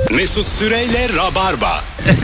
Mesut Süreyle Rabarba.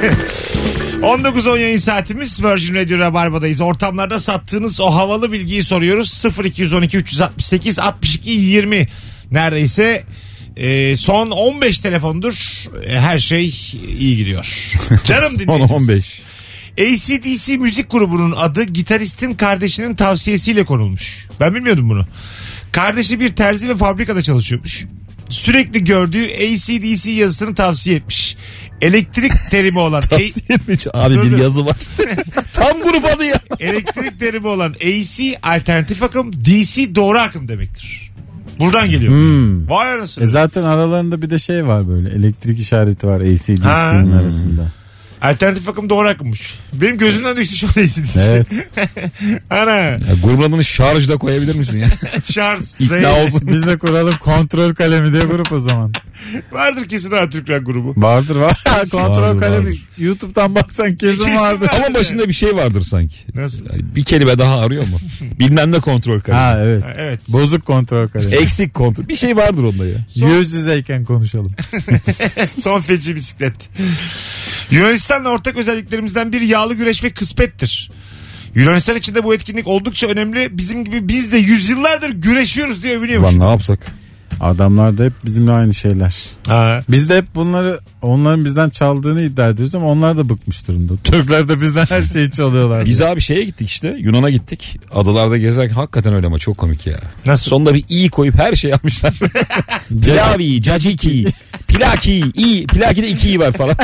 19.10 yayın saatimiz, Virgin Radio Rabarba'dayız. Ortamlarda sattığınız o havalı bilgiyi soruyoruz. 0212 368 62 20. Neredeyse son 15 telefondur. Her şey iyi gidiyor. Canım dinleyicimiz. 15. AC/DC müzik grubunun adı gitaristin kardeşinin tavsiyesiyle konulmuş. Ben bilmiyordum bunu. Kardeşi bir terzi ve fabrikada çalışıyormuş. Sürekli gördüğü AC/DC yazısını tavsiye etmiş. Elektrik terimi olan Tavsiye etmiş. Abi bir yazı var. Tam grup adı ya. elektrik terimi olan AC alternatif akım, DC doğru akım demektir. Buradan geliyor. Vay anasını. Zaten aralarında bir de şey var, böyle elektrik işareti var AC/DC'nin arasında. Alternatif akım doğru akımmış. Benim gözümden düştü şu an AC/DC. Evet. Ana. Ya, grubun adını şarj da koyabilir misin ya? Şarj. İkna olsun. Biz de kuralım kontrol kalemi diye grup o zaman. Vardır kesin ha Türkler grubu. Vardır var. Kontrol Vardır, kalemi. vardır. YouTube'dan baksan kesin Kesin vardır. var. Ama başında bir şey vardır sanki. Nasıl? Yani bir kelime daha arıyor mu? Bilmem ne kontrol kalemi. Ha evet. Ha, evet. Bozuk kontrol kalemi. Eksik kontrol. Bir şey vardır onda ya. Yüz yüzeyken konuşalım. Son feci bisiklet. Yunanistan'la ortak özelliklerimizden biri yağlı güreş ve kıspettir. Yunanistan için de bu etkinlik oldukça önemli. Bizim gibi biz de yüzyıllardır güreşiyoruz diye övünüyormuş. Ulan ne yapsak? Adamlar da hep bizimle aynı şeyler. Ha. Biz de hep bunları, onların bizden çaldığını iddia ediyoruz ama onlar da bıkmış durumda. Türkler de bizden her şeyi çalıyorlar. Biz abi şeye gittik işte. Yunan'a gittik. Adalarda gezerken hakikaten öyle ama çok komik ya. Nasıl? Sonunda bir i koyup her şeyi almışlar. Pilavi, caciki, plaki, i. Plaki de 2 i var falan.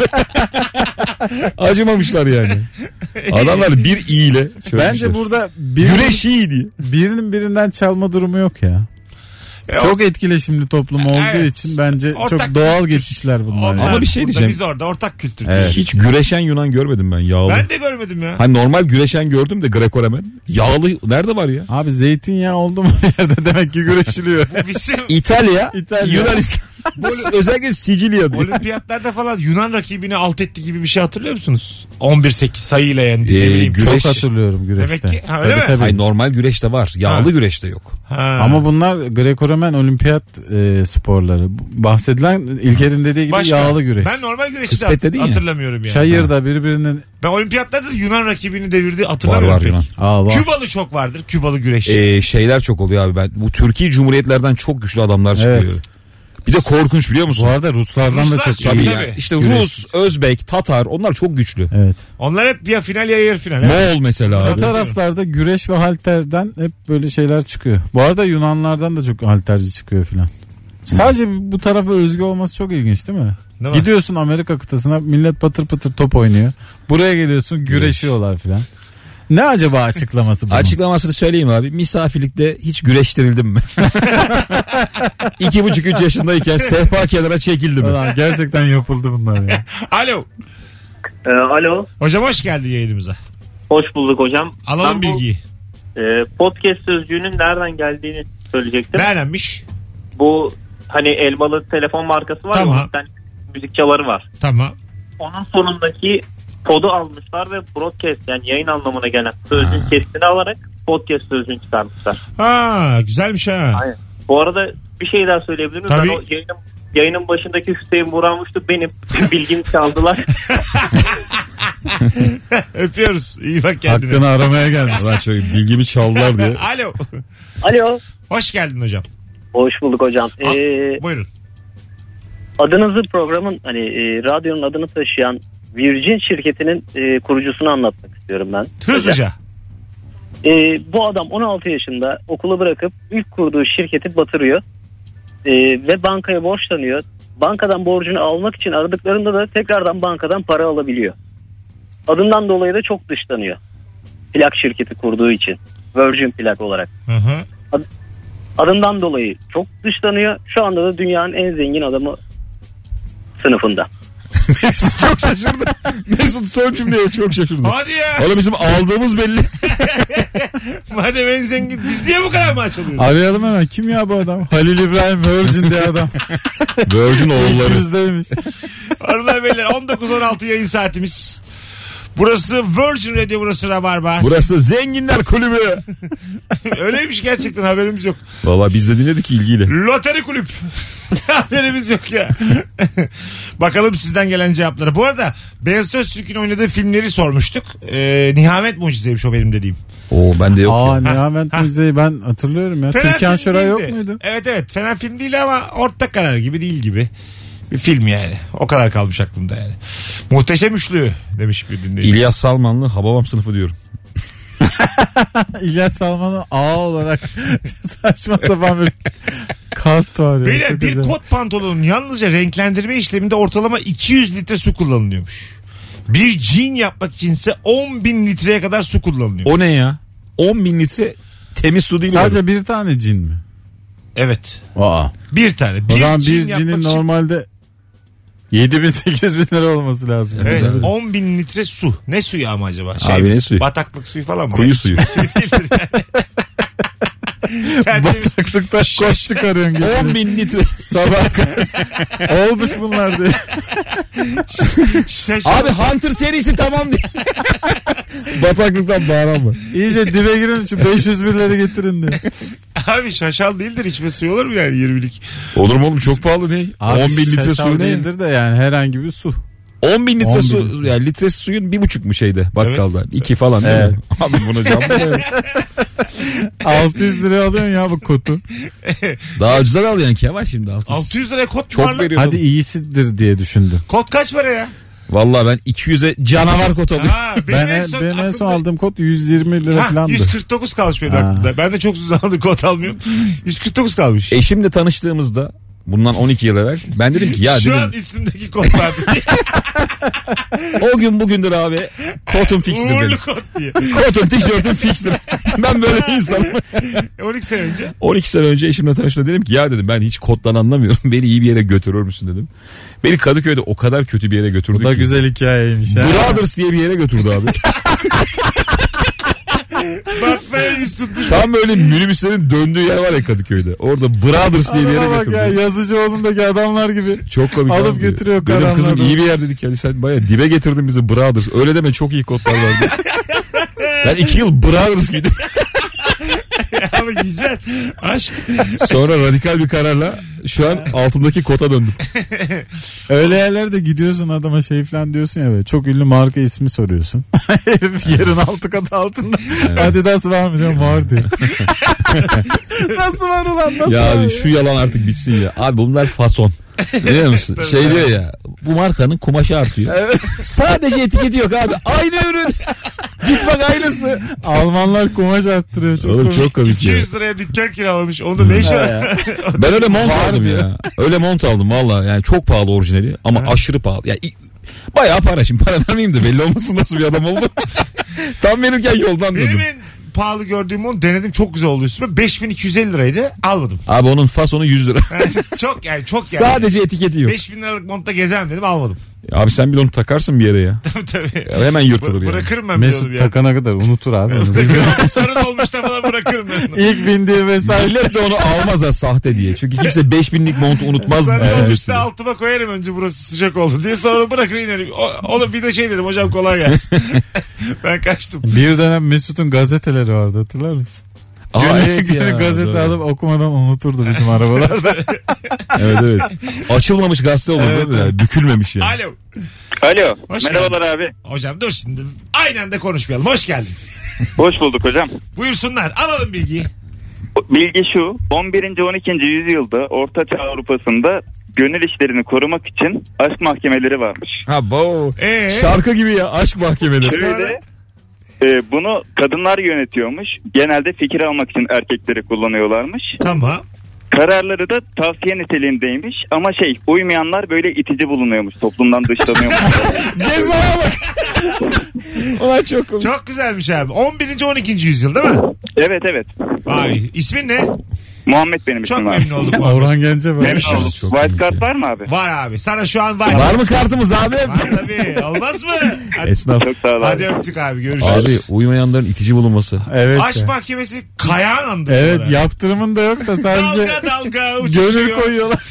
Acımamışlar yani. Adamlar bir i ile. Bence burada güreş i diye. birinin birinden çalma durumu yok ya. Çok etkileşimli toplum olduğu Evet. için bence Ortak çok doğal kültür. geçişler bunlar. Ama bir şey burada, diyeceğim. biz orada ortak kültür. Evet. Hiç güreşen Yunan görmedim ben yağlı. Ben de görmedim ya. Hani normal güreşen gördüm de Greco-Romen. Yağlı nerede var ya? Abi zeytinyağı oldu mu bir yerde demek ki güreşiliyor. Bizim İtalya, İtalya. Yunanistan. Özellikle Sicilya diye. olimpiyatlarda falan Yunan rakibini alt etti gibi bir şey hatırlıyor musunuz? 11-8 sayıyla yendi. Ne bileyim. güreş- Çok hatırlıyorum güreşte. Demek ki- ha, öyle mi? Hayır, normal güreşte var. Yağlı Ha. güreşte yok. Ha. Ama bunlar Greco-Romen olimpiyat sporları. Bahsedilen İlker'in dediği gibi Başka. yağlı güreş. Ben normal güreşi Kısmet de dedin ya. hatırlamıyorum yani. Çayırda birbirinin... Ben olimpiyatlarda da Yunan rakibini devirdi Var hatırlamıyorum var pek. Yunan. Aa, var. Kübalı çok vardır. Kübalı güreş. Şeyler çok oluyor abi. Bu Türkiye Cumhuriyetlerden çok güçlü adamlar çıkıyor. Evet. Bir de korkunç biliyor musun? Bu arada Ruslardan Ruslar da çok çok- Tabii Tabii. yani. İşte Güreş. Rus, Özbek, Tatar onlar çok güçlü. Evet. Onlar hep ya final ya yarı final. Moğol mesela O abi. taraflarda güreş ve halterden hep böyle şeyler çıkıyor. Bu arada Yunanlardan da çok halterci çıkıyor filan. Sadece bu tarafa özgü olması çok ilginç değil mi? Değil mi? Gidiyorsun Amerika kıtasına, millet patır patır top oynuyor. Buraya geliyorsun güreşiyorlar filan. Ne acaba açıklaması bunun? Açıklamasını söyleyeyim abi. Misafirlikte hiç güreştirildim mi? 2,5-3 yaşındayken sehpa kenara çekildim mi? Ulan gerçekten yapıldı bunlar ya. Alo. Alo. Hocam hoş geldin yayınımıza. Hoş bulduk hocam. Alalım Ben bu, bilgiyi. podcast sözcüğünün nereden geldiğini söyleyecektim. Neredenmiş? Bu hani elmalı telefon markası var Tamam. ya, bir tane müzik çaları var. Tamam. Onun sonundaki kodu almışlar ve broadcast, yani yayın anlamına gelen sözcüğün kesitini alarak podcast sözcüğünü çıkarmışlar. Ha güzelmiş ha. Aynen. Bu arada bir şey daha söyleyebilir miyim? Tabii. Ben o yayının başındaki Hüseyin Buranmış'tı benim. Bilgimi çaldılar. Öpüyoruz. İyi bak kendine. Hakkını aramaya gelmiş. Ulan şöyle bilgimi çaldılar diye. Alo. Alo. Hoş geldin hocam. Hoş bulduk hocam. Buyurun. Adınızı programın radyonun adını taşıyan Virgin şirketinin kurucusunu anlatmak istiyorum ben. Hızlıca. Bu adam 16 yaşında okulu bırakıp ilk kurduğu şirketi batırıyor. Ve bankaya borçlanıyor. Bankadan borcunu almak için aradıklarında da tekrardan bankadan para alabiliyor. Adından dolayı da çok dışlanıyor. Plak şirketi kurduğu için. Virgin plak olarak. Hı hı. Adından dolayı çok dışlanıyor. Şu anda da dünyanın en zengin adamı sınıfında. Çok şaşırdım. Mesut son cümleye çok şaşırdım. Hadi ya. Oğlum bizim aldığımız belli. Madem en zengin. Biz niye bu kadar maaş alıyoruz? Arayalım hemen. Kim ya bu adam? Halil İbrahim Virgin diye adam. Virgin oğulları. Yüzdeymiş. Hanımlar beyler 19-16 yayın saatimiz. Burası Virgin Radio, burası Rabarba. Burası Zenginler Kulübü. Öyleymiş gerçekten, haberimiz yok. Valla biz de dinledik ilgiyle. Loteri kulüp. Haberimiz yok ya. Bakalım sizden gelen cevapları. Bu arada Beyazıt Öztürk'ün oynadığı filmleri sormuştuk. Nihamet Mucizeymiş o benim dediğim. Oo bende yok ya. Nihamet Müzeyi ben hatırlıyorum ya. Fena Türkan film Şoray yok değildi. muydu? Evet fena film değil ama orta karar gibi değil gibi. Bir film yani. O kadar kalmış aklımda yani. Muhteşem Üçlü demiş bir dinleyici. İlyas Salmanlı Hababam sınıfı diyorum. İlyas Salman'ın A olarak saçma sapan bir kast var ya. Beyler Çok bir güzel. kot pantolonun yalnızca renklendirme işleminde ortalama 200 litre su kullanılıyormuş. Bir jean yapmak içinse 10.000 litreye kadar su kullanılıyor. O ne ya? 10.000 litre temiz su değil mi? Sadece bir tane cin mi? Evet. Aa. Bir tane. O zaman bir jean yapmak cinin için- normalde 7.000-8.000 lira olması lazım. Evet, Evet. 10.000 litre su. Ne suyu ama acaba? Abi ne suyu? Bataklık suyu falan mı? Kuyu suyu. Tertemiz. Bataklıktan koş çıkarıyorsun. 10.000 litre. Sabah karşı. Olmuş bunlar diye. Şaşırdım. Abi Hunter serisi tamam diye. Bataklıktan bağıran mı? İyice dibe girin şu 500 birleri getirin diye. Abi şaşal değildir, içme suyu olur mu yani 20'lik? Olur mu oğlum, çok pahalı ne? Abi 10.000 litre şaşal su ne? değildir de yani herhangi bir su. 10.000 litre 10.000 su litre. yani litresi suyun 1,5 mu şeyde bakkalda? 2 falan değil Evet. mi? Abi bunu cam mı? 600 liraya alıyorsun ya bu kotu. Daha ucuza da alıyorsun ki ama şimdi 600. 600 liraya kot mu Çok var lan? veriyor. Hadi iyisidir diye düşündüm. Kot kaç para ya? Vallahi ben 200'e canavar kot alıyorum. Ha, benim Ben en son aklımda- aldığım kot 120 lira Ha, falandı. 149 kalmış benim Ha. aklımda. Ben de çok uzun zamandır kot almıyorum. 149 kalmış. Eşimle tanıştığımızda bundan 12 yıl evvel ben dedim ki ya Şu an dedim üstümdeki kotlar. o gün bugündür abi kotum fikstir benim. Uğurlu kot diye. Kotum tişörtüm fikstir. Ben böyle bir insanım. 12 sene önce. 12 sene önce eşimle tanıştığımda dedim ki ya dedim ben hiç kottan anlamıyorum. Beni iyi bir yere götürür müsün dedim. Beni Kadıköy'de o kadar kötü bir yere götürdü Bu da ki. güzel hikayeymiş ha. Brothers diye bir yere götürdü abi. Bakmaya yüz tutmuş. Tam böyle minibüslerin döndüğü yer var ya Kadıköy'de. Orada Brothers diye bir yere Adama bak götürdü. ya, Yazıcıoğlu'ndaki adamlar gibi. Çok komik Alıp abi. götürüyor Dedim kızım karanlığa. iyi bir yer dedik yani sen baya dibe getirdin bizi Brothers. Öyle deme, çok iyi kotlar vardı. Ben 2 yıl Brothers giydim. Ama yiyeceksin. Aşk. Sonra radikal bir kararla şu an altındaki kota döndüm. Öyle yerlerde gidiyorsun adama şey falan diyorsun ya böyle. Çok ünlü marka ismi soruyorsun. Herif yerin altı katı altında. Adidas var mı diyor, var diyor. Nasıl var ulan, nasıl Ya var abi şu yalan artık bitsin ya. Abi bunlar fason. Biliyor musun? Şey diyor ya, bu markanın kumaşı artıyor. Sadece etiketi yok abi. Aynı ürün. Git bak aynısı. Almanlar kumaş arttırıyor. Çok Oğlum komik. çok komik ya. 200 liraya dükkan kiralamış. Onda ne işi var? Ben öyle mont aldım ya. Öyle mont aldım valla. Yani çok pahalı orijinali ama aşırı pahalı. Yani bayağı para, şimdi para vermeyeyim de belli olmasın nasıl bir adam oldum. Tam verirken yoldan Benim döndüm. en pahalı gördüğüm onu denedim. Çok güzel oldu üstüme. 5250 liraydı. Almadım. Abi onun fasonu 100 lira. Çok yani. Sadece etiketi yok. 5000 liralık montta gezemem dedim, almadım. Abi sen bir onu takarsın bir yere ya. Tabii. Ya hemen yırtılır yani. Bırakırım ben bir onu Mesut bir takana kadar unutur abi. onu. Sorun olmuş da falan bırakırım ben onu. İlk bindiği vesaire. Millet de onu almaz ha sahte diye. Çünkü kimse 5000'lik montu unutmaz Ben işte düşüncesiyle. altıma koyarım önce burası sıcak oldu diye, sonra bırakır inerim. Onu bir de şey dedim, hocam kolay gelsin. Ben kaçtım. Bir dönem Mesut'un gazeteleri vardı, hatırlar mısın? Aa, evet ya. Gazete Doğru. alıp okumadan unuturdu bizim arabalarda. Evet evet. Açılmamış gazete olur değil mi? Yani bükülmemiş yani. Alo. Alo. Hoş Merhabalar abi. Hocam dur şimdi. Aynı anda konuşmayalım. Hoş geldin. Hoş bulduk hocam. Buyursunlar. Alalım bilgiyi. Bilgi şu. 11. 12. yüzyılda Orta Çağ Avrupa'sında gönül işlerini korumak için aşk mahkemeleri varmış. Ha bu Ee? şarkı gibi ya, aşk mahkemeleri. Şöyle bunu kadınlar yönetiyormuş. Genelde fikir almak için erkekleri kullanıyorlarmış. Tamam. Kararları da tavsiye niteliğindeymiş ama uymayanlar böyle itici bulunuyormuş. Toplumdan dışlanıyormuş. Cezaya bak. Ulan çok komik. Çok güzelmiş abi. 11. 12. yüzyıl değil mi? Evet evet. Vay. İsmin ne? Muhammed benim Çok ismim abi. memnun olduk. Orhan Gence var. Görüşürüz. Çok Wildcard komik var mı abi? Var abi. Sana şu an var. Var mı kartımız abi? Var tabii. Olmaz mı? Hadi, Esnaf. Çok sağ ol hadi abi. öptük abi. Görüşürüz. Abi uymayanların itici bulunması. Evet. Aşk ya. mahkemesi kayağın andı. Evet, yaptırımın da yok da sadece Dalga dalga uçuşuyor. gönül koyuyorlar.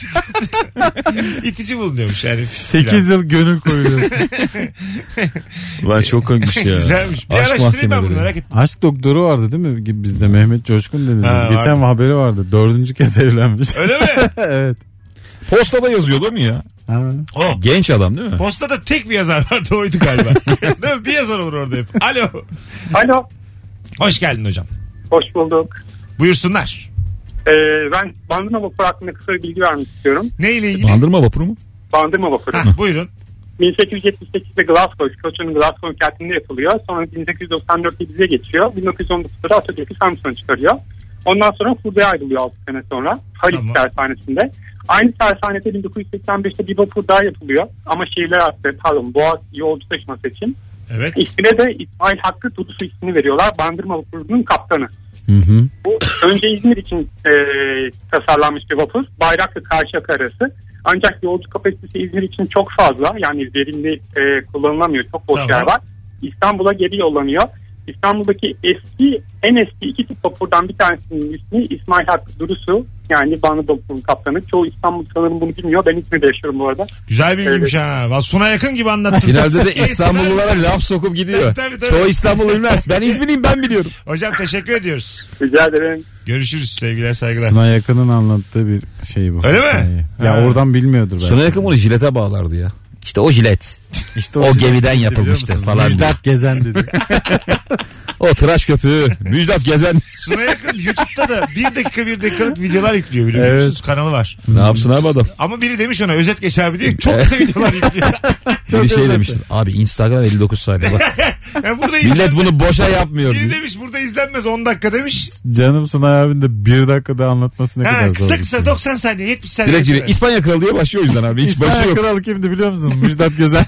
İtici bulunuyormuş yani. 8 yıl gönül koyuyor. Lan çok komikmiş ya. Güzelmiş. Bir Aşk araştırayım ben bunu, mahkemeleri. merak ettim. Aşk doktoru vardı değil mi? Bizde Mehmet Coşkun dediniz. Ha, Geçen haberi vardı. 4. kez evlenmiş. Öyle mi? Evet. Postada yazıyor değil mi ya? Ha. O. Genç adam değil mi? Postada tek bir yazar vardı, oydu galiba. Değil mi? Bir yazar olur orada hep. Alo. Alo. Hoş geldin hocam. Hoş bulduk. Buyursunlar. Ben Bandırma Vapuru hakkında kısa bir bilgi vermek istiyorum. Ne ile ilgili? Bandırma vapuru mu? Bandırma Vapuru. Hah, buyurun. 1878'de Glasgow, İskoçya'nın Glasgow kentinde yapılıyor. Sonra 1894'te bize geçiyor. 1919'da Atatürk'ü Samsun'a çıkarıyor. Ondan sonra Fur'da ayrılıyor 6 sene sonra. Halit Tamam. Tersanesi'nde. Aynı tersanede 1985'te bir vapur daha yapılıyor. Ama şehirler arası, Boğaz yolcu taşıması için. Evet. İsmine de İsmail Hakkı Durusu ismini veriyorlar. Bandırma Vapuru'nun kaptanı. Hı hı. Bu önce İzmir için tasarlanmış bir vapur. Bayraklı Karşıyaka arası. Ancak yolcu kapasitesi İzmir için çok fazla. Yani verimli kullanılamıyor. Çok boş Tamam. yer var. İstanbul'a geri yollanıyor. İstanbul'daki en eski iki tip vapurdan bir tanesinin ismi İsmail Hakkı Durusu. Yani Bandırma Vapuru'nun kaptanı. Çoğu İstanbul sanırım bunu bilmiyor. Ben İzmir'de yaşıyorum bu arada. Güzel bilgiymiş ha. Valla sona yakın gibi anlattın. Finalde de İstanbullulara laf sokup gidiyor. Tabii. Çoğu İstanbul bilmez. Ben İzmirliyim, ben biliyorum. Hocam teşekkür ediyoruz. Rica ederim. Görüşürüz, sevgiler saygılar. Suna Yakın'ın anlattığı bir şey bu. Öyle mi? Hikaye. Ya Ha. oradan bilmiyordur belki. Suna yakın bunu jilete bağlardı ya. İşte o jilet. İşte O jilet gemiden biliyor yapılmıştı musun? falan Müjdat Gezen dedi. O tıraş köpüğü. Müjdat Gezen. Suna yakın YouTube'da da 1 dakikalık videolar yüklüyor biliyor Evet. musunuz? Kanalı var. Ne yapsın abi adam? Ama biri demiş ona özet geç abi diye çok kısa videolar yüklüyor. Bir şey özet. demiştin. Abi Instagram 59 saniye. Bak. Yani burada Millet izlenmez. bunu boşa yapmıyor. Biri demiş burada izlenmez 10 dakika demiş. Canım Sunay abinin de 1 dakikada anlatması ne kadar zor. Kısa bir kısa şey. 90 saniye 70 saniye. Direkt giriyor. İspanya kralı diye başlıyor o yüzden abi. Hiç başı İspanya yok. kralı kimdi biliyor musunuz? Müjdat Gezen.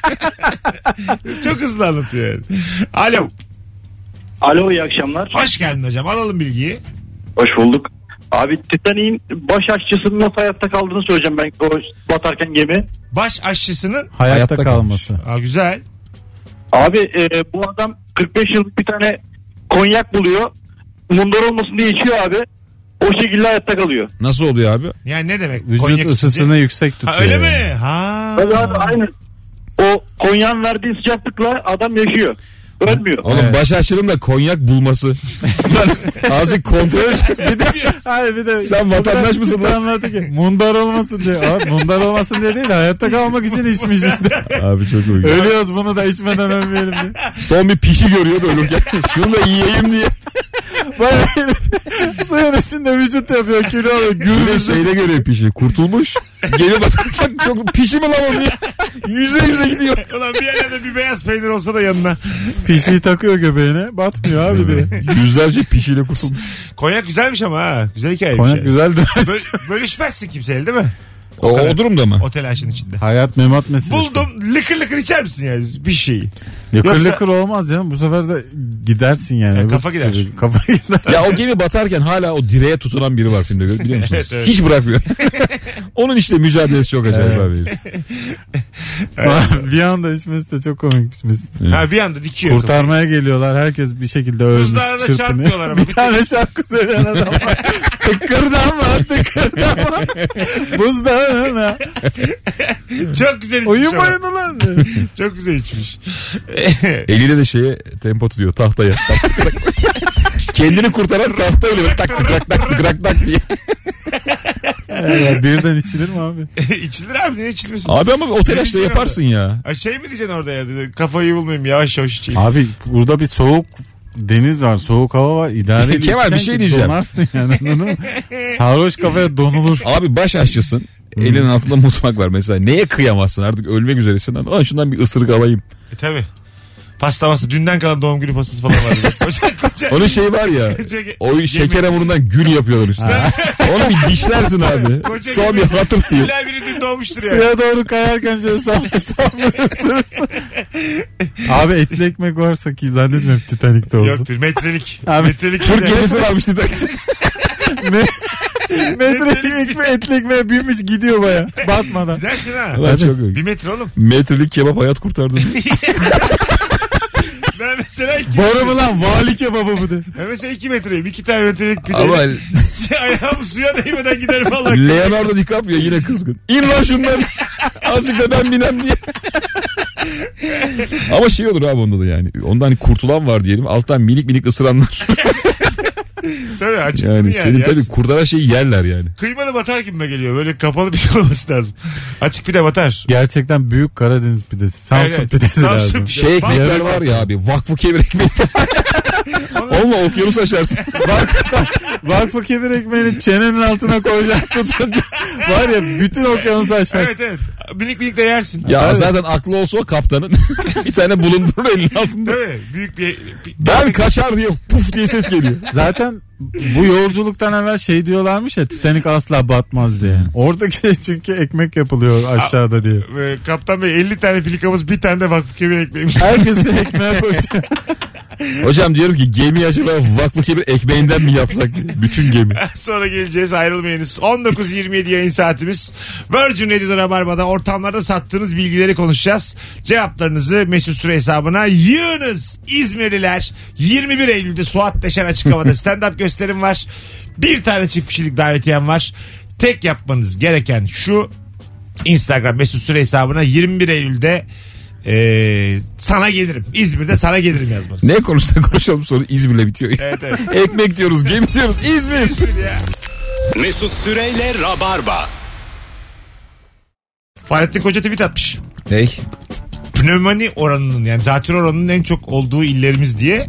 Çok hızlı anlatıyor yani. Alo. Alo, iyi akşamlar. Hoş geldin hocam. Alalım bilgiyi. Hoş bulduk. Abi Titanic'in baş aşçısının nasıl hayatta kaldığını söyleyeceğim ben o batarken gemi. Baş aşçısının Hayatta Hayatta kalması. güzel. Abi bu adam 45 yıllık bir tane konyak buluyor. Mundar olmasın diye içiyor abi. O şekilde hayatta kalıyor. Nasıl oluyor abi? Yani ne demek? Vücut Konyak ısısını içince- yüksek tutuyor. Ha, öyle yani. mi? Ha. Tabii abi aynen. O konyağın verdiği sıcaklıkla adam yaşıyor. Ölmüyor. Oğlum Evet. baş aşçının da konyak bulması. Lan azıcık kontrol Bir de, hayır bir de Sen vatandaş mısın lan? Anlattı ki mundar olmasın diye. Abi, mundar olmasın diye değil, hayatta kalmak için içmiş işte. Abi çok uygun. Ölüyoruz, bunu da içmeden ölmeyelim diye. Son bir pişi görüyor da ölürken. Şunu da yiyeyim diye. Bayağı herif suyun üstünde vücut yapıyor, kilo alıyor. Bir de Gürbüz şeyde görüyor pişi. Kurtulmuş. Geri batarken çok pişi mi lan o diye. Yüze gidiyor. Ulan bir yerlerde bir beyaz peynir olsa da yanına. pişiyi takıyor göbeğine, batmıyor abi diye. Yüzlerce pişiyle kurtulmuş. Konyak güzelmiş ama ha. Güzel hikayeymiş. Konyak yani. güzeldir. Bölüşmezsin kimseyle değil mi? O durumda mı? O telaşın içinde. Hayat memat meselesi. Buldum lıkır lıkır içer misin yani bir şeyi? Lıkır Yoksa- lıkır olmaz canım, bu sefer de gidersin yani. Ya, kafa gider. Kafa gider. Ya o gemi batarken hala o direğe tutunan biri var filmde, biliyor musunuz? Evet, evet. Hiç bırakmıyor. Onun işte mücadelesi çok acayip abi. Bir anda içmesi de çok komik içmesi. Ha bir anda dikiyor. Kurtarmaya geliyorlar, herkes bir şekilde ölmüş, Buzdağına çırpınıyor. çarpmıyorlar ama. Bir tane şarkı söyleyen adam var. tıkırdama buzdağına Çok güzel içmiş uyumayın ama. ulan. Çok güzel içmiş. Eliyle de şeye tempo tutuyor tahtaya. Kendini kurtaran tahta öyle böyle tak tık tak tak tık tak tak diye. Ya, birden içilir mi abi? İçilir abi niye içilmesin? Abi ama o telaşla Diyeceksin yaparsın ya. Ha, şey mi diyeceksin orada ya? Kafayı bulmayayım yavaş yavaş içeyim. Abi burada bir soğuk deniz var, soğuk hava var. İdareyle Kemal, bir içeceksin şey ki diyeceğim. Donarsın yani, anladın mı? Sarhoş kafaya donulur. Abi baş aşçısın. Elinin altında mutfak var mesela. Neye kıyamazsın artık, ölmek üzeresin. Aa, şundan bir ısırık alayım. Tabii. Pasta masta. Dünden kalan doğum günü pastası falan var. koca. Onun şeyi var ya. O şeker hamurundan gül yapıyorlar üstüne. Onu bir dişlersin abi. Koca Son bir gibi. hatır diyor. İlla biri dün doğmuştur ya. Suya doğru kayarken şöyle sallaya ısırırsın. Abi etli ekmek varsa ki zannetmiyorum Titanik'te olsun. Yoktur. Metrelik. Abi, Metrelik. Türk gecesi varmış dedi. Metre etli ekmeğe binmiş gidiyor baya batmadan. Gidersin ha. Ulan çok iyi. 1 metre oğlum. Metrelik kebap hayat kurtardı. Ben mesela 2 Boru mu lan vali kebabı bu de. Ben mesela 2 metreyim. 2 tane metrelik pide. Ama Ayağım suya değmeden giderim vallahi. Leonardo DiCaprio yine kızgın. İn lan şundan. Azıcık da ben binem diye. Ama şey olur abi onda da yani. Ondan hani kurtulan var diyelim. Alttan minik minik ısıranlar. Tabii acıktın Yani senin tabii yersin. kurdara şeyi yerler yani. Kıymalı batar gibime geliyor. Böyle kapalı bir şey olması lazım. Açık pide batar. Gerçekten büyük Karadeniz pidesi. Samsun Evet, pidesi Samsun lazım. pidesi. Şey ekmekler Yarım var ya abi. Vakfı kebir ekmeği. Olma okyanus aşarsın. Vakfı kebir ekmeğini çenenin altına koyacak tutunca var ya bütün okyanusu aşarsın. Evet evet. Minik minik de yersin. Ya Tabii. zaten aklı olsa o kaptanın bir tane bulundurur elinin altında. Tabii. Büyük bir... Ben kaçar diye puf diye ses geliyor. Zaten bu yolculuktan evvel şey diyorlarmış ya Titanic asla batmaz diye. Oradaki çünkü ekmek yapılıyor aşağıda diye. Kaptan Bey 50 tane filikamız bir tane de vakfı kebir ekmeğimiz. Herkesi ekmeğe koşuyor. Hocam diyorum ki gemi acaba Vakfı Kebir ekmeğinden mi yapsak? Bütün gemi. Sonra geleceğiz, ayrılmayınız. 19.27 yayın saatimiz. Virgin Radio Rabarba'da ortamlarda sattığınız bilgileri konuşacağız. Cevaplarınızı Mesut Süre hesabına yığınız. İzmirliler 21 Eylül'de Suat Deşen Açık Hava'da stand-up gösterim var. Bir tane çift kişilik davetiyem var. Tek yapmanız gereken şu: Instagram Mesut Süre hesabına 21 Eylül'de sana gelirim. İzmir'de sana gelirim yazmanız. Ne konuşsak konuşalım sonra İzmir'le bitiyor. Evet, evet. Ekmek diyoruz, gemi diyoruz, İzmir. Mesut Süreyle Rabarba. Fahrettin Koca tweet atmış. Ney? Pnömoni oranının yani zatürre oranının en çok olduğu illerimiz diye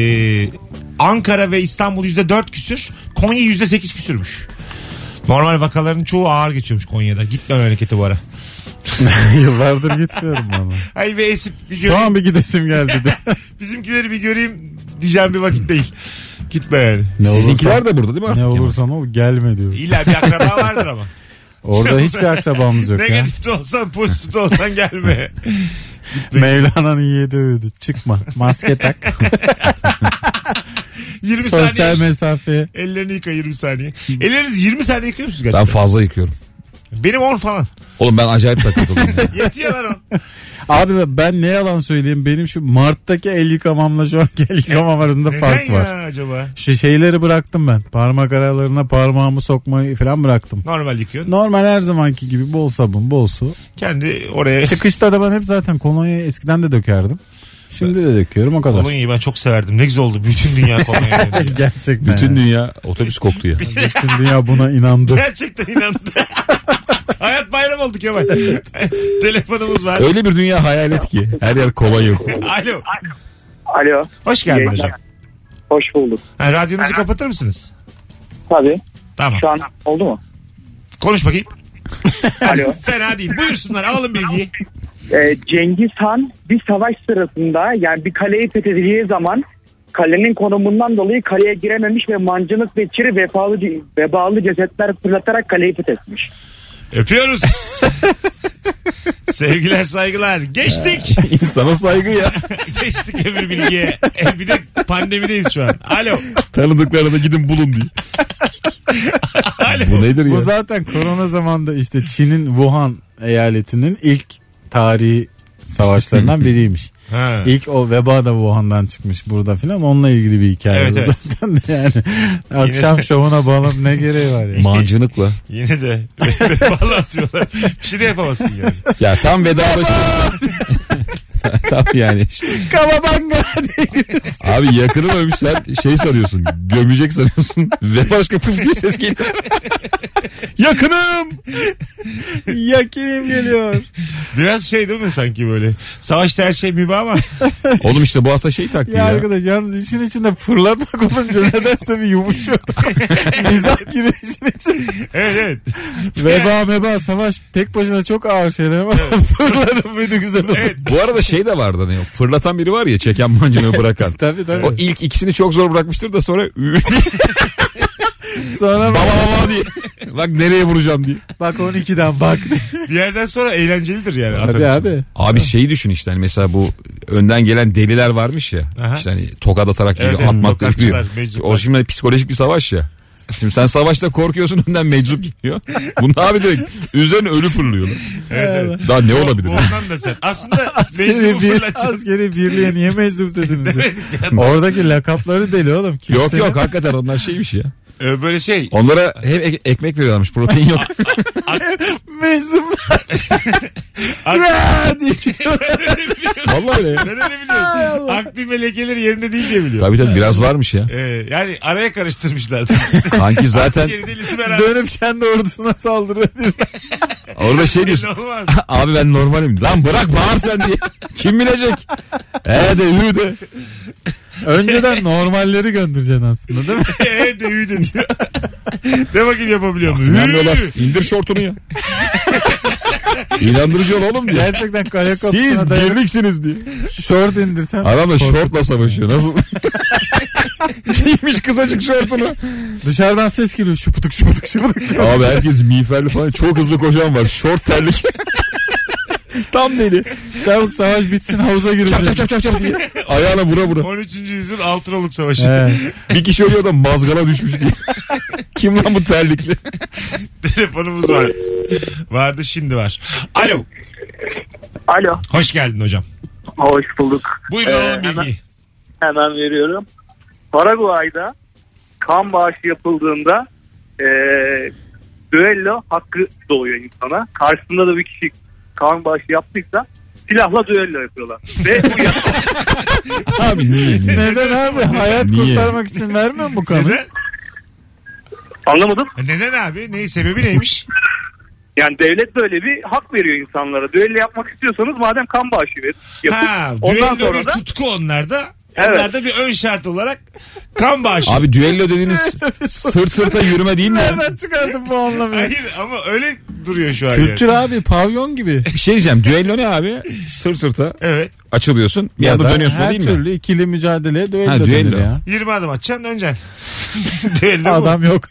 Ankara ve İstanbul %4 küsür, Konya %8 küsürmüş. Normal vakaların çoğu ağır geçiyormuş Konya'da. Gitme memleketi bu ara. Yıllardır gitmiyorum ama. Ay ve esip bir Şu göreyim. an bir gidesim geldi de. Bizimkileri bir göreyim diyeceğim bir vakit değil. Gitme yani. Sizinkiler de burada değil mi artık? Ne yani? olursan ol gelme diyor. İlla bir akraba vardır ama. Orada hiçbir akrabamız yok ya. Negatif de olsan pozitif de olsan gelme. Mevlana'nın yedi öğüdü. Çıkma. Maske tak. 20 Sosyal saniye. mesafe. Ellerini yıka 20 saniye. Ellerinizi 20 saniye yıkıyor musunuz Ben gerçekten? fazla yıkıyorum. Benim 10 falan. Oğlum ben acayip takıldım. Yetiyor lan 10. Abi ben ne yalan söyleyeyim. Benim şu Mart'taki el yıkamamla şu anki el yıkamam arasında fark Neden var. ya acaba? Şu şeyleri bıraktım ben. Parmak aralarına parmağımı sokmayı falan bıraktım. Normal yıkıyorsun. Normal her zamanki gibi bol sabun, bol su. Kendi oraya... Çıkışta da ben hep zaten kolonyayı eskiden de dökerdim. Şimdi de döküyorum o kadar. Kolonyayı ben çok severdim. Ne güzel oldu. Bütün dünya kolonya. Gerçekten. Bütün yani. dünya otobüs koktu ya. Bütün dünya buna inandı. Gerçekten inandı. Hayat bayram oldu Kemal. Telefonumuz var. Öyle bir dünya hayal et ki her yer kolay yok. Alo. Alo. Hoş geldin hocam. Hoş bulduk. Ha, radyonuzu kapatır mısınız? Tabii. Tamam. Şu an oldu mu? Konuş bakayım. Alo. Fena değil. Buyursunlar. Alalım bilgiyi. Cengiz Han bir savaş sırasında yani bir kaleyi fethedildiği zaman kalenin konumundan dolayı kaleye girememiş ve mancınık ve çiri vebalı cesetler fırlatarak kaleyi fethetmiş. Öpüyoruz. Sevgiler saygılar. Geçtik. İnsana saygı ya. Geçtik öbür bilgiye. Bir de pandemideyiz şu an. Alo. Tanıdıklarına gidin bulun diye. Alo. Bu nedir Bu ya? zaten korona zamanında işte Çin'in Wuhan eyaletinin ilk tarihi savaşlarından biriymiş. Ha. İlk o veba da Wuhan'dan çıkmış burada filan onunla ilgili bir hikaye. Evet, bu evet. zaten de yani akşam şovuna bağlanıp ne gereği var ya. Mancınıkla. Yine de vallahi atıyorlar. Bir şey de yapamazsın yani. Ya tam vedalaşıyor. Tam yani. Kavabanga Abi yakınım ölmüş sen şey sanıyorsun. Gömecek sanıyorsun. Ve başka püf diye ses geliyor. Yakınım. yakinim geliyor. Biraz şey değil mi sanki böyle? Savaşta her şey mübah ama. Oğlum işte bu aslında şey taktiği Ya ya. arkadaş yalnız işin içinde fırlatmak olunca nedense bir yumuşuyor. Mizah giriyor işin içine. Evet evet. Veba savaş tek başına çok ağır şeyler ama fırladım mıydı güzel olur. Evet. Bu arada şey de vardı hani fırlatan biri var ya çeken mancını bırakan. Tabii tabii. O ilk ikisini çok zor bırakmıştır da sonra Sonra baba diye. Bak nereye vuracağım diye. bak 12'den bak. Bir yerden sonra eğlencelidir yani. Tabii abi. Abi şeyi düşün işte hani mesela bu önden gelen deliler varmış ya. Aha. İşte hani tokat atarak Evet, geliyor evet, atmak tokatçılar, geliyor. meczup. O şimdi psikolojik bir savaş ya. Şimdi sen savaşta korkuyorsun, önden meczup geliyor. Bunun abi direkt üzerine ölü fırlıyorlar. Evet. Daha ne olabilir? Ondan da sen. Aslında meczubu fırlatacaksın. Askeri birliğe niye meczup dediniz? Demedik yani. Oradaki lakapları deli oğlum. Kimse Yok hakikaten onlar şeymiş ya. Böyle şey. Onlara hep ekmek veriyorlarmış, protein yok. meczuplar. Vallahi öyle ya. Ben öyle biliyorum. Akli melekeleri yerinde değil diye biliyorum. Tabii biraz varmış ya. Yani araya karıştırmışlardı. Kanki zaten Askeri delisi beraber. Dönüp kendi ordusuna saldırıyor. orada şey diyorsun. Olmaz. Abi ben normalim. Lan bırak bağır sen diye. Kim bilecek? De de. Önceden normalleri göndereceksin aslında değil mi? De üydü diyor. De bakayım yapabiliyor musun? Dinlenmiyorlar. İndir şortunu ya. İnandırıcı ol oğlum diye. Gerçekten kaya Siz kapısına dayanıp birliksiniz diye. şort indirsen. Adam da şortla savaşıyor. Nasıl? Giymiş kısacık şortunu. Dışarıdan ses geliyor. Şıpıdık şıpıdık şıpıdık. Abi herkes miğferli falan. Çok hızlı koşan var. Şort terlik. Tam deli. Çabuk savaş bitsin, havuza girecek. Çap diye. Ayağına vura. 13. yüzyıl Altınoluk Savaşı. Evet. Bir kişi ölüyor da mazgala düşmüş diye. Kim lan bu terlikli? Telefonumuz var. Vardı, şimdi var. Alo. Alo. Hoş geldin hocam. Hoş bulduk. Buyurun alalım bilgiyi. Hemen veriyorum. Paraguay'da kan bağışı yapıldığında düello hakkı doğuyor insana. Karşısında da bir kişi kan bağışı yaptıysa silahla düello yapıyorlar. Ve bu yasak. Abi niye? Neden abi? Hayat Niye? kurtarmak için vermiyor mu bu kanı? Neden? Anlamadım. Neden abi? Sebebi neymiş? Yani devlet böyle bir hak veriyor insanlara. Düello yapmak istiyorsanız madem kan bağışı verin. Yapın. Ondan Düello sonra bir da tutku onlarda. Evet. Onlarda bir ön şart olarak kan bağışı. Abi düello dediğiniz sırt sırta yürüme değil mi? Nereden çıkardın bu anlamı? Hayır ama öyle duruyor şu an. Kültür abi, pavyon gibi. Bir şey diyeceğim. Düello ne abi? Sırt sırta Evet. açılıyorsun. Bir Ya anda da dönüyorsun her değil mi? türlü ikili mücadeleye düello Ha, denir düello. ya. 20 adım atacaksın, döneceksin. Düello bu. Adam yok.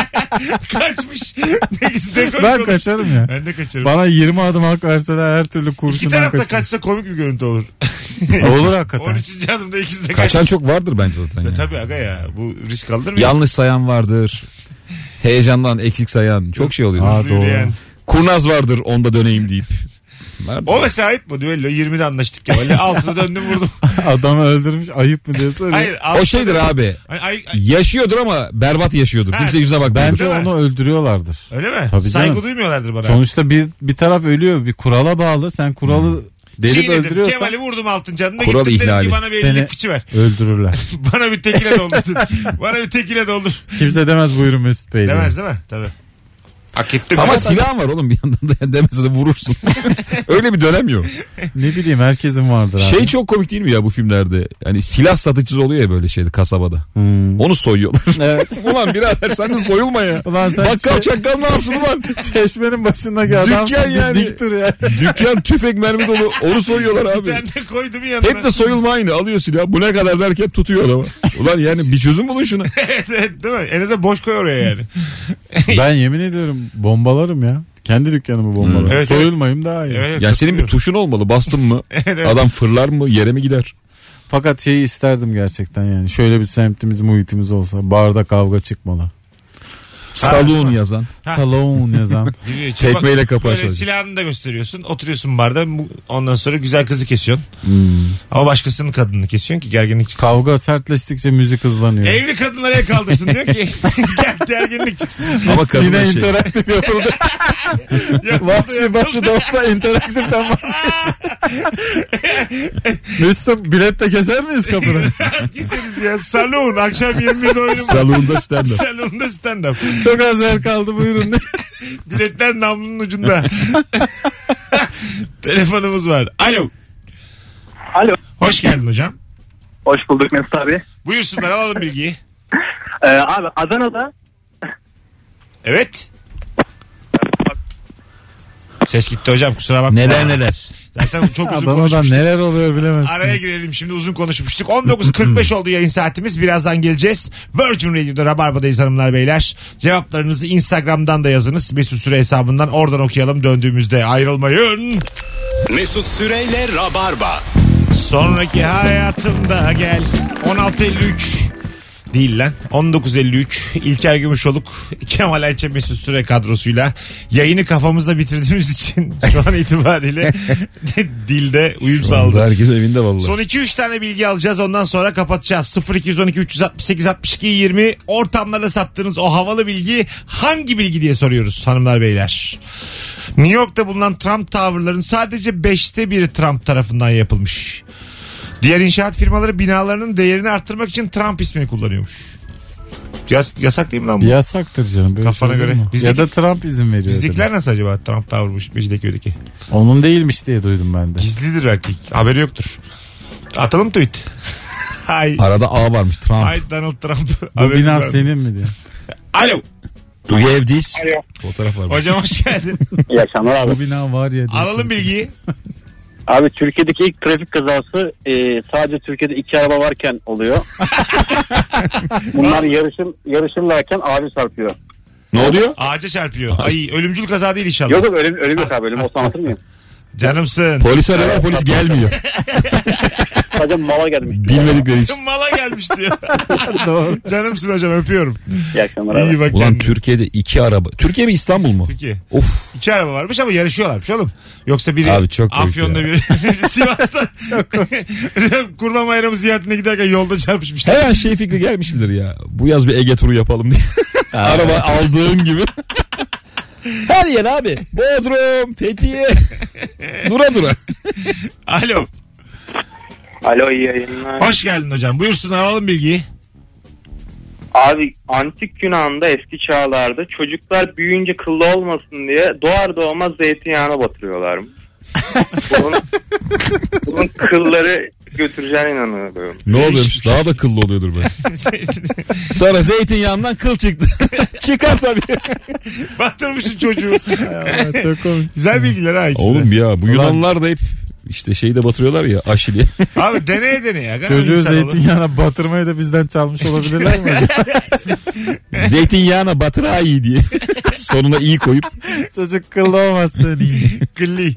Kaçmış. Ne komik Ben olur. kaçarım ya. Ben de kaçarım. Bana 20 adım hak verseler her türlü İki kurşundan taraf da kaçarım. kaçsa komik bir görüntü olur. Olur hakikaten. 13. adımda ikisi de Kaçan çok vardır bence zaten ya. Tabii aga ya. Bu risk alır mı? Yanlış sayan vardır. Heyecandan eksik sayan. Çok şey oluyor. Aa, doğru. Yani. Kurnaz vardır, onda döneyim deyip. Vardır. O mesela ayıp mı düello? 20'de anlaştık Kemal'le. 6'da döndüm vurdum. Adamı öldürmüş, ayıp mı diye soruyor. Hayır. O 6'da şeydir döndüm. abi. Ay, Yaşıyordur ama berbat yaşıyordur. Ha, Kimse yüzüne bakmıyor. Bence Değil mi? onu öldürüyorlardır. öyle mi? Tabii Saygı canım. duymuyorlardır bana. Sonuçta bir taraf ölüyor, bir kurala bağlı. Sen kuralı delip Çiğnedim. öldürüyorsan Kemal'i vurdum 6. adımda. Kural Gittim dedim ihlali. ki bana bir Seni- 50'lik fıçı ver. öldürürler. Bana bir tekile doldur. Bana bir tekile doldur. Kimse demez buyurun Mesut Bey diye. Demez değil mi? Tabii. Hak ettim. Ama ya. silahın var oğlum bir yandan da demese de vurursun. Öyle bir dönem yok. Ne bileyim, herkesin vardır abi. Şey çok komik değil mi ya bu filmlerde? Hani silah satıcısı oluyor ya böyle şeyde kasabada. Onu soyuyorlar. Evet. Ulan birader sen de soyulma ya. Ulan sen Bakkal çakkal ne yapsın ulan? çeşmenin başındaki adam Dükkan yani. dik dur ya. Dükkan tüfek mermi dolu. Onu soyuyorlar abi. Ben de koydum yanına. Hep de soyulma aynı. Alıyor silah. Bu ne kadar derken tutuyor adamı. Ulan yani bir çözüm bulun şuna. Evet, değil mi? En azından boş koy oraya yani. Ben yemin ediyorum bombalarım ya. Kendi dükkanımı bombalarım. Evet, Soyulmayayım daha iyi. Evet, Yani senin bir katılıyorum. tuşun olmalı. Bastın mı Evet. adam fırlar mı yere mi gider? Fakat şeyi isterdim gerçekten yani. Şöyle bir semtimiz, muhitimiz olsa. Barda kavga çıkmalı. Salon yazan. Ha. Salon yazan. Yürüyor, Tekmeyle kapı böyle açılacak. silahını da gösteriyorsun. Oturuyorsun barda. Ondan sonra güzel kızı kesiyorsun. Ama başkasının kadını kesiyorsun ki gerginlik çıksın. Kavga sertleştikçe müzik hızlanıyor. Evli kadınlar el kaldırsın diyor ki gerginlik çıksın. Ama kadın Yine şey. interaktif yapıldı. Vahşi Batı da olsa interaktiften vazgeç. Mesut'um bilet de keser miyiz kapını? Keseriz ya. Salon. Akşam 21'de oyunu var. Salonda stand up. Salonda stand up. Çok az yer kaldı buyurun. Biletler namlunun ucunda. Telefonumuz var. Alo. Alo. Hoş geldin hocam. Hoş bulduk Mesut abi. Buyursunlar, alalım bilgiyi. Abi Adana'da Evet. Ses gitti hocam, kusura bakma. Neler. Zaten çok uzun Adana'dan konuşmuştuk. neler oluyor bilemezsiniz. Araya girelim, şimdi uzun konuşmuştuk. 19.45 oldu yayın saatimiz. Birazdan geleceğiz. Virgin Radio'da Rabarba'dayız hanımlar beyler. Cevaplarınızı Instagram'dan da yazınız. Mesut Süre hesabından, oradan okuyalım döndüğümüzde. Ayrılmayın. Mesut Süreyle Rabarba. Sonraki hayatımda gel. 16.53. Değil lan. 19.53 İlker Gümüşoluk, Kemal Ayça Mesut Süre kadrosuyla yayını kafamızda bitirdiğimiz için şu an itibariyle dilde uyum sağladı. Herkes evinde vallahi. Son 2-3 tane bilgi alacağız, ondan sonra kapatacağız. 0212 368 62 20 ortamlarda sattığınız o havalı bilgi hangi bilgi diye soruyoruz hanımlar beyler. New York'ta bulunan Trump Tower'ların sadece 5'te 1'i Trump tarafından yapılmış. Diğer inşaat firmaları binalarının değerini arttırmak için Trump ismini kullanıyormuş. Yasak değil mi lan bu? Yasaktır canım. Böyle Kafana şey olur göre. mu? Ya da Trump izin veriyor. Bizdekiler nasıl acaba? Trump Tower'mış Mecidiköy'deki. Onun değilmiş diye duydum ben de. Gizlidir belki. Haberi yoktur. Atalım tweet. Hay. Arada A varmış Trump. Hay Donald Trump. Bu bina senin mi diye. Alo. Do you have this? Alo. Fotoğraf var. Hocam hoş geldin. İyi akşamlar abi. Bu bina var ya diye. Alalım bilgiyi. Abi Türkiye'deki ilk trafik kazası sadece Türkiye'de 2 araba varken oluyor. Bunlar yarışırlarken ağacı çarpıyor. Ne oluyor? Ağaca çarpıyor. Ay ölümcül kaza değil inşallah. Yok ölüm yok abi. Ölüm olsa anlatır mıyım? Canımsın. Polis arıyorlar, polis gelmiyor. Sadece mala gelmiş. Bilmedikleri için. Mala gelmiş diyor. Doğru. Canımsın hocam, öpüyorum. İyi akşamlar abi. İyi bak Ulan kendine. Türkiye'de 2 araba. Türkiye mi İstanbul mu? Türkiye. Of. 2 araba varmış ama yarışıyorlarmış oğlum. Yoksa biri Abi çok komik Afyon'da ya. biri Sivas'ta Kurban Bayramı ziyaretine giderken yolda çarpışmışlar. Hemen şey fikri gelmiş midir ya? Bu yaz bir Ege turu yapalım diye. Araba aldığın gibi. Her yer abi. Bodrum, Fethiye. Dura dura. Alo. Alo, iyi yayınlar. Hoş geldin hocam. Buyursunlar, alalım bilgiyi. Abi antik Yunan'da eski çağlarda çocuklar büyüyünce kıllı olmasın diye doğar doğmaz zeytinyağına batırıyorlar. Bunun kılları götüreceğine inanıyorum. Ne oluyormuş? Daha da kıllı oluyordur böyle. Sonra zeytinyağından kıl çıktı. Çıkar tabii. Batırmışsın çocuğu. Çok komik. Güzel bilgiler ha ikisi de. Oğlum ya bu Yunanlılar da hep işte şeyi de batırıyorlar ya, aşı diye. Abi deneye deneye. Çocuğu zeytinyağına batırmayı da bizden çalmış olabilirler mi? Zeytinyağına batırağı iyi diye. Sonuna iyi koyup. Çocuk kıllı olmazsın iyi. Kıllı.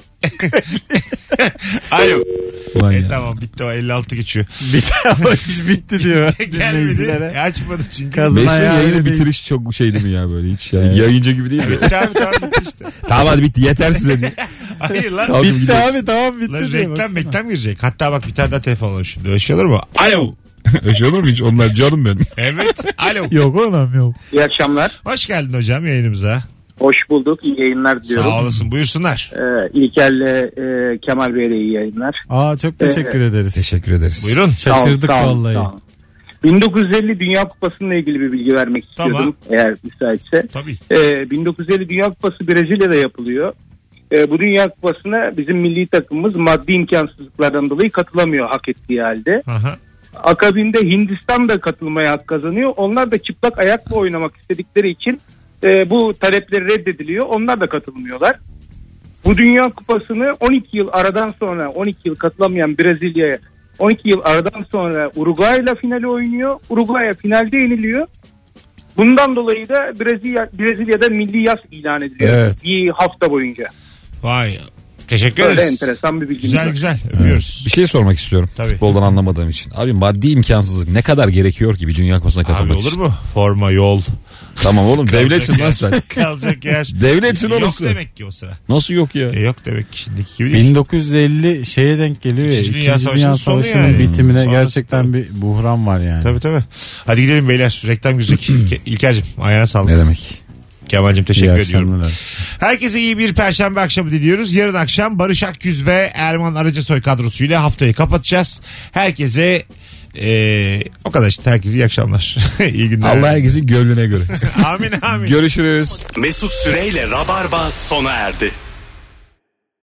Alo. Ulan ya. Tamam bitti, o 56 geçiyor. Bitti diyor. Gelmedi. Açmadı çünkü. Kazın Mesut'un ayağı yayını değil. bitiriş çok şey değil mi ya böyle hiç yani yayıncı gibi değil mi? Tamam bitti işte. Tamam hadi bitti yeter size diye. Hayır lan. Kalkıp Bitti gidiyoruz. abi tamam bitti Lan diyor. reklam girecek. Hatta bak bir tane daha telefon alalım şimdi. Öyle şey olur mu? Alo. Öyle olur mu hiç? Onlar canım benim. Evet. Alo. Yok oğlum yok. İyi akşamlar. Hoş geldin hocam yayınımıza. Hoş bulduk. İyi yayınlar diliyorum. Sağ olasın. Buyursunlar. İlker'le Kemal Bey'le iyi yayınlar. Aa çok teşekkür ederiz. Teşekkür ederiz. Buyurun. Şaşırdık Sağ olun, vallahi. sağ olun. 1950 Dünya Kupası'nla ilgili bir bilgi vermek Tamam. istiyordum eğer müsaitse. Tabii. 1950 Dünya Kupası Brezilya'da yapılıyor. Bu Dünya Kupası'na bizim milli takımımız maddi imkansızlıklardan dolayı katılamıyor hak ettiği halde. Aha. Akabinde Hindistan da katılmaya hak kazanıyor. Onlar da çıplak ayakla oynamak istedikleri için bu talepleri reddediliyor. Onlar da katılmıyorlar. Bu Dünya Kupası'nı 12 yıl aradan sonra 12 yıl katılamayan Brezilya'ya 12 yıl aradan sonra Uruguay'la finali oynuyor. Uruguay'a finalde yeniliyor. Bundan dolayı da Brezilya'da milli yaz ilan ediliyor. Evet. Bir hafta boyunca. Vay. Teşekkür Böyle ederiz. enteresan bir bilgi. Güzel öpüyoruz. Bir şey sormak istiyorum. Tabii. Futboldan anlamadığım için. Abi maddi imkansızlık ne kadar gerekiyor ki bir Dünya Kupası'na Abi katılmak olur için? mu? Forma, yol. Tamam oğlum devletsin Kalacak lan sen. yer. Kalacak yer. Devletsin oğlum Yok sen. demek ki o sıra. Nasıl yok ya? Yok demek ki şimdiki gibi değil. 1950 şeye denk geliyor ya. İkinci İkinci Dünya Dünya Savaşı'nın Savaşı'nın sonu yani. bitimine Sonrası gerçekten tabii. bir buhran var yani. Tabii. Hadi gidelim beyler. Reklam girecek. İlker'cim ayağına sağlık. Ne demek? Kemal'cim teşekkür İyi ediyorum. akşamlar. Herkese iyi bir perşembe akşamı diliyoruz. Yarın akşam Barış Akgüz ve Erman Arıcasoy kadrosuyla haftayı kapatacağız. Herkese o kadar işte. Herkese iyi akşamlar. İyi günler. Allah herkesin gönlüne göre. Amin. Görüşürüz. Mesut Süreyle Rabarba sona erdi.